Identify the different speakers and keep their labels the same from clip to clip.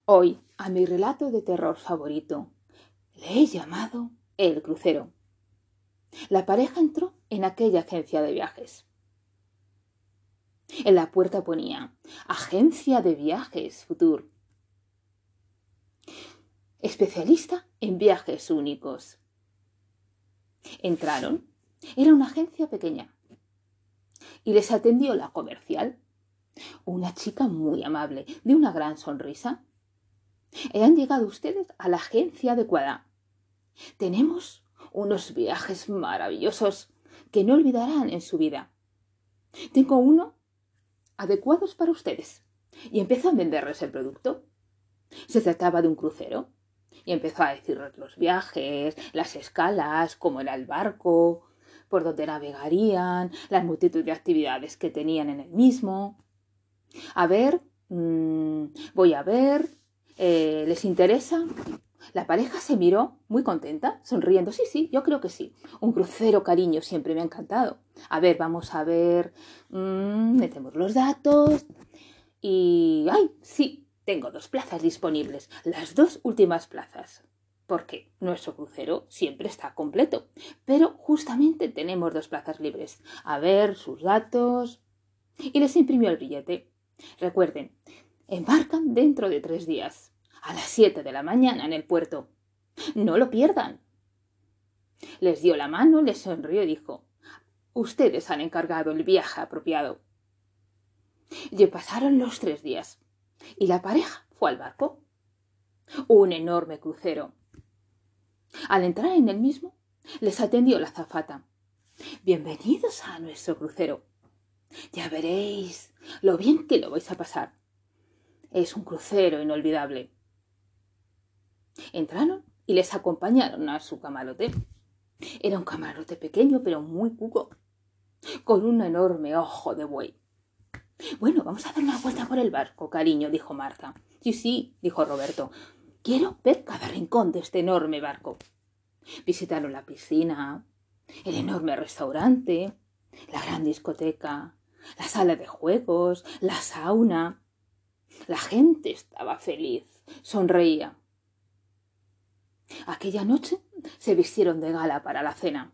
Speaker 1: Hoy, a mi relato de terror favorito, le he llamado El crucero. La pareja entró en aquella agencia de viajes. En la puerta ponía Agencia de Viajes Futur. Especialista en viajes únicos. Entraron. Era una agencia pequeña. Y les atendió la comercial. Una chica muy amable, de una gran sonrisa. Han llegado ustedes a la agencia adecuada. Tenemos unos viajes maravillosos que no olvidarán en su vida. Tengo uno adecuados para ustedes. Y empezó a venderles el producto. Se trataba de un crucero. Y empezó a decirles los viajes, las escalas, cómo era el barco, por dónde navegarían, la multitud de actividades que tenían en el mismo. A ver, voy a ver, ¿les interesa? La pareja se miró muy contenta, sonriendo. Sí, sí, yo creo que sí. Un crucero, cariño, siempre me ha encantado. A ver, vamos a ver. Metemos los datos. Y... ¡ay! Sí, tengo 2 plazas disponibles. Las 2 últimas plazas. Porque nuestro crucero siempre está completo. Pero justamente tenemos 2 plazas libres. A ver, sus datos. Y les imprimió el billete. Recuerden, embarcan dentro de 3 días. A las 7 de la mañana en el puerto. No lo pierdan. Les dio la mano, les sonrió y dijo: ustedes han encargado el viaje apropiado. Y pasaron los 3 días y la pareja fue al barco. Un enorme crucero. Al entrar en el mismo, les atendió la azafata. Bienvenidos a nuestro crucero. Ya veréis lo bien que lo vais a pasar. Es un crucero inolvidable. Entraron y les acompañaron a su camarote. Era un camarote pequeño pero muy cuco, con un enorme ojo de buey. Bueno, vamos a dar una vuelta por el barco, cariño, dijo Marta. Sí, sí, dijo Roberto. Quiero ver cada rincón de este enorme barco. Visitaron la piscina, el enorme restaurante, la gran discoteca, la sala de juegos, la sauna. La gente estaba feliz, sonreía. Aquella noche se vistieron de gala para la cena.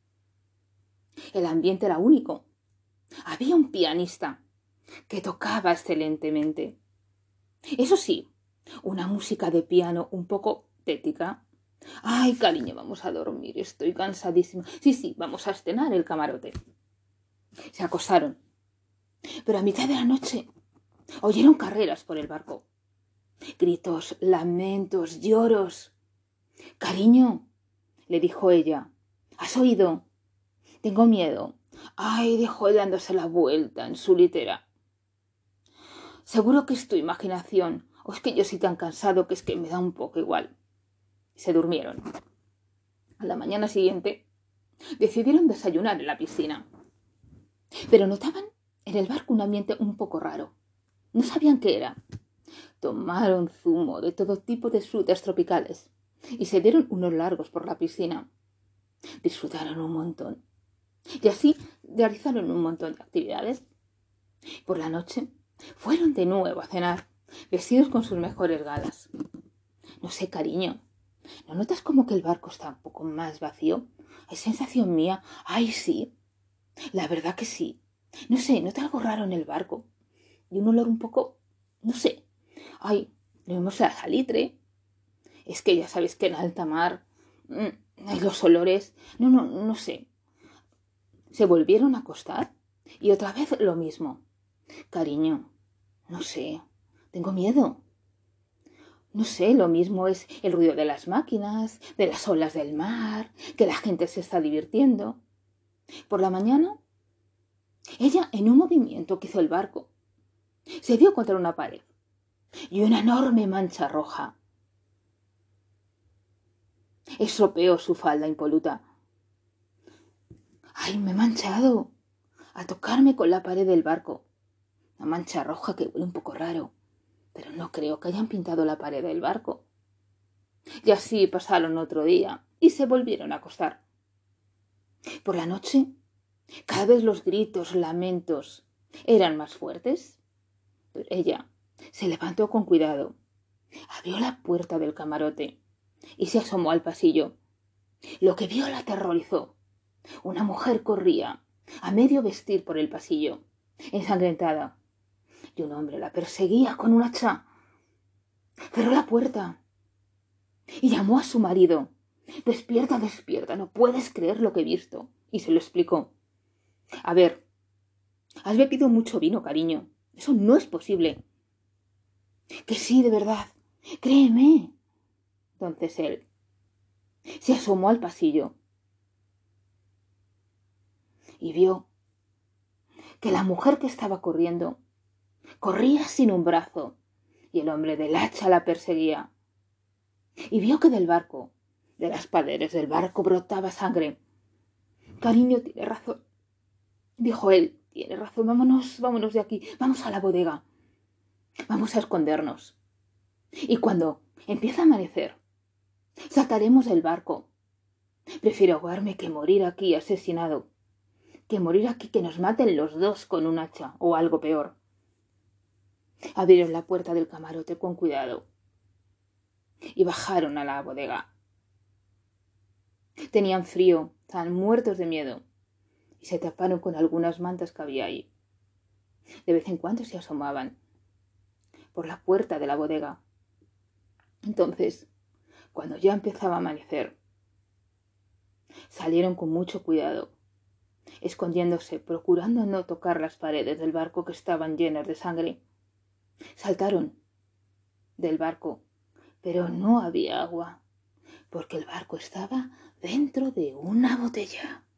Speaker 1: El ambiente era único. Había un pianista que tocaba excelentemente. Eso sí, una música de piano un poco tética. Ay, cariño, vamos a dormir, estoy cansadísima. Sí, sí, vamos a estrenar el camarote. Se acostaron. Pero a mitad de la noche oyeron carreras por el barco. Gritos, lamentos, lloros. Cariño, le dijo ella, ¿has oído? Tengo miedo. Ay, dijo él dándose la vuelta en su litera. Seguro que es tu imaginación, o es que yo soy tan cansado que es que me da un poco igual. Se durmieron. A la mañana siguiente decidieron desayunar en la piscina. Pero notaban en el barco un ambiente un poco raro. No sabían qué era. Tomaron zumo de todo tipo de frutas tropicales y se dieron unos largos por la piscina. Disfrutaron un montón. Y así realizaron un montón de actividades. Por la noche fueron de nuevo a cenar, vestidos con sus mejores galas. No sé, cariño, ¿no notas como que el barco está un poco más vacío? ¿Es sensación mía? Ay, sí. La verdad que sí. No sé, ¿nota algo raro en el barco? Y un olor un poco... no sé. Ay, ¿no vemos la salitre? Es que ya sabes que en alta mar... los olores... No sé. Se volvieron a acostar y otra vez lo mismo. Cariño, no sé, tengo miedo. No sé, lo mismo es el ruido de las máquinas, de las olas del mar, que la gente se está divirtiendo. Por la mañana, ella, en un movimiento que hizo el barco, se dio contra una pared y una enorme mancha roja estropeó su falda impoluta. ¡Ay, me he manchado! Al tocarme con la pared del barco. Una mancha roja que huele un poco raro, pero no creo que hayan pintado la pared del barco. Y así pasaron otro día y se volvieron a acostar. Por la noche, cada vez los gritos, lamentos eran más fuertes. Pero ella se levantó con cuidado Abrió la puerta del camarote y se asomó al pasillo. Lo que vio la aterrorizó. Una mujer corría, a medio vestir por el pasillo, ensangrentada, y un hombre la perseguía con un hacha. Cerró la puerta y llamó a su marido. Despierta, despierta, no puedes creer lo que he visto. Y se lo explicó. A ver, has bebido mucho vino, cariño. Eso no es posible. Que sí, de verdad. Créeme. Entonces él se asomó al pasillo y vio que la mujer que estaba corriendo corría sin un brazo y el hombre del hacha la perseguía. Y vio que del barco, de las paredes del barco, brotaba sangre. Cariño, tiene razón, dijo él. Tiene razón, vámonos, vámonos de aquí, vamos a la bodega. Vamos a escondernos. Y cuando empieza a amanecer, saltaremos del barco. Prefiero ahogarme que morir aquí asesinado. Que morir aquí, que nos maten los dos con un hacha o algo peor. Abrieron la puerta del camarote con cuidado y bajaron a la bodega. Tenían frío, estaban muertos de miedo y se taparon con algunas mantas que había ahí. De vez en cuando se asomaban por la puerta de la bodega. Entonces, cuando ya empezaba a amanecer, salieron con mucho cuidado, escondiéndose, procurando no tocar las paredes del barco que estaban llenas de sangre. Saltaron del barco, pero no había agua, porque el barco estaba dentro de una botella.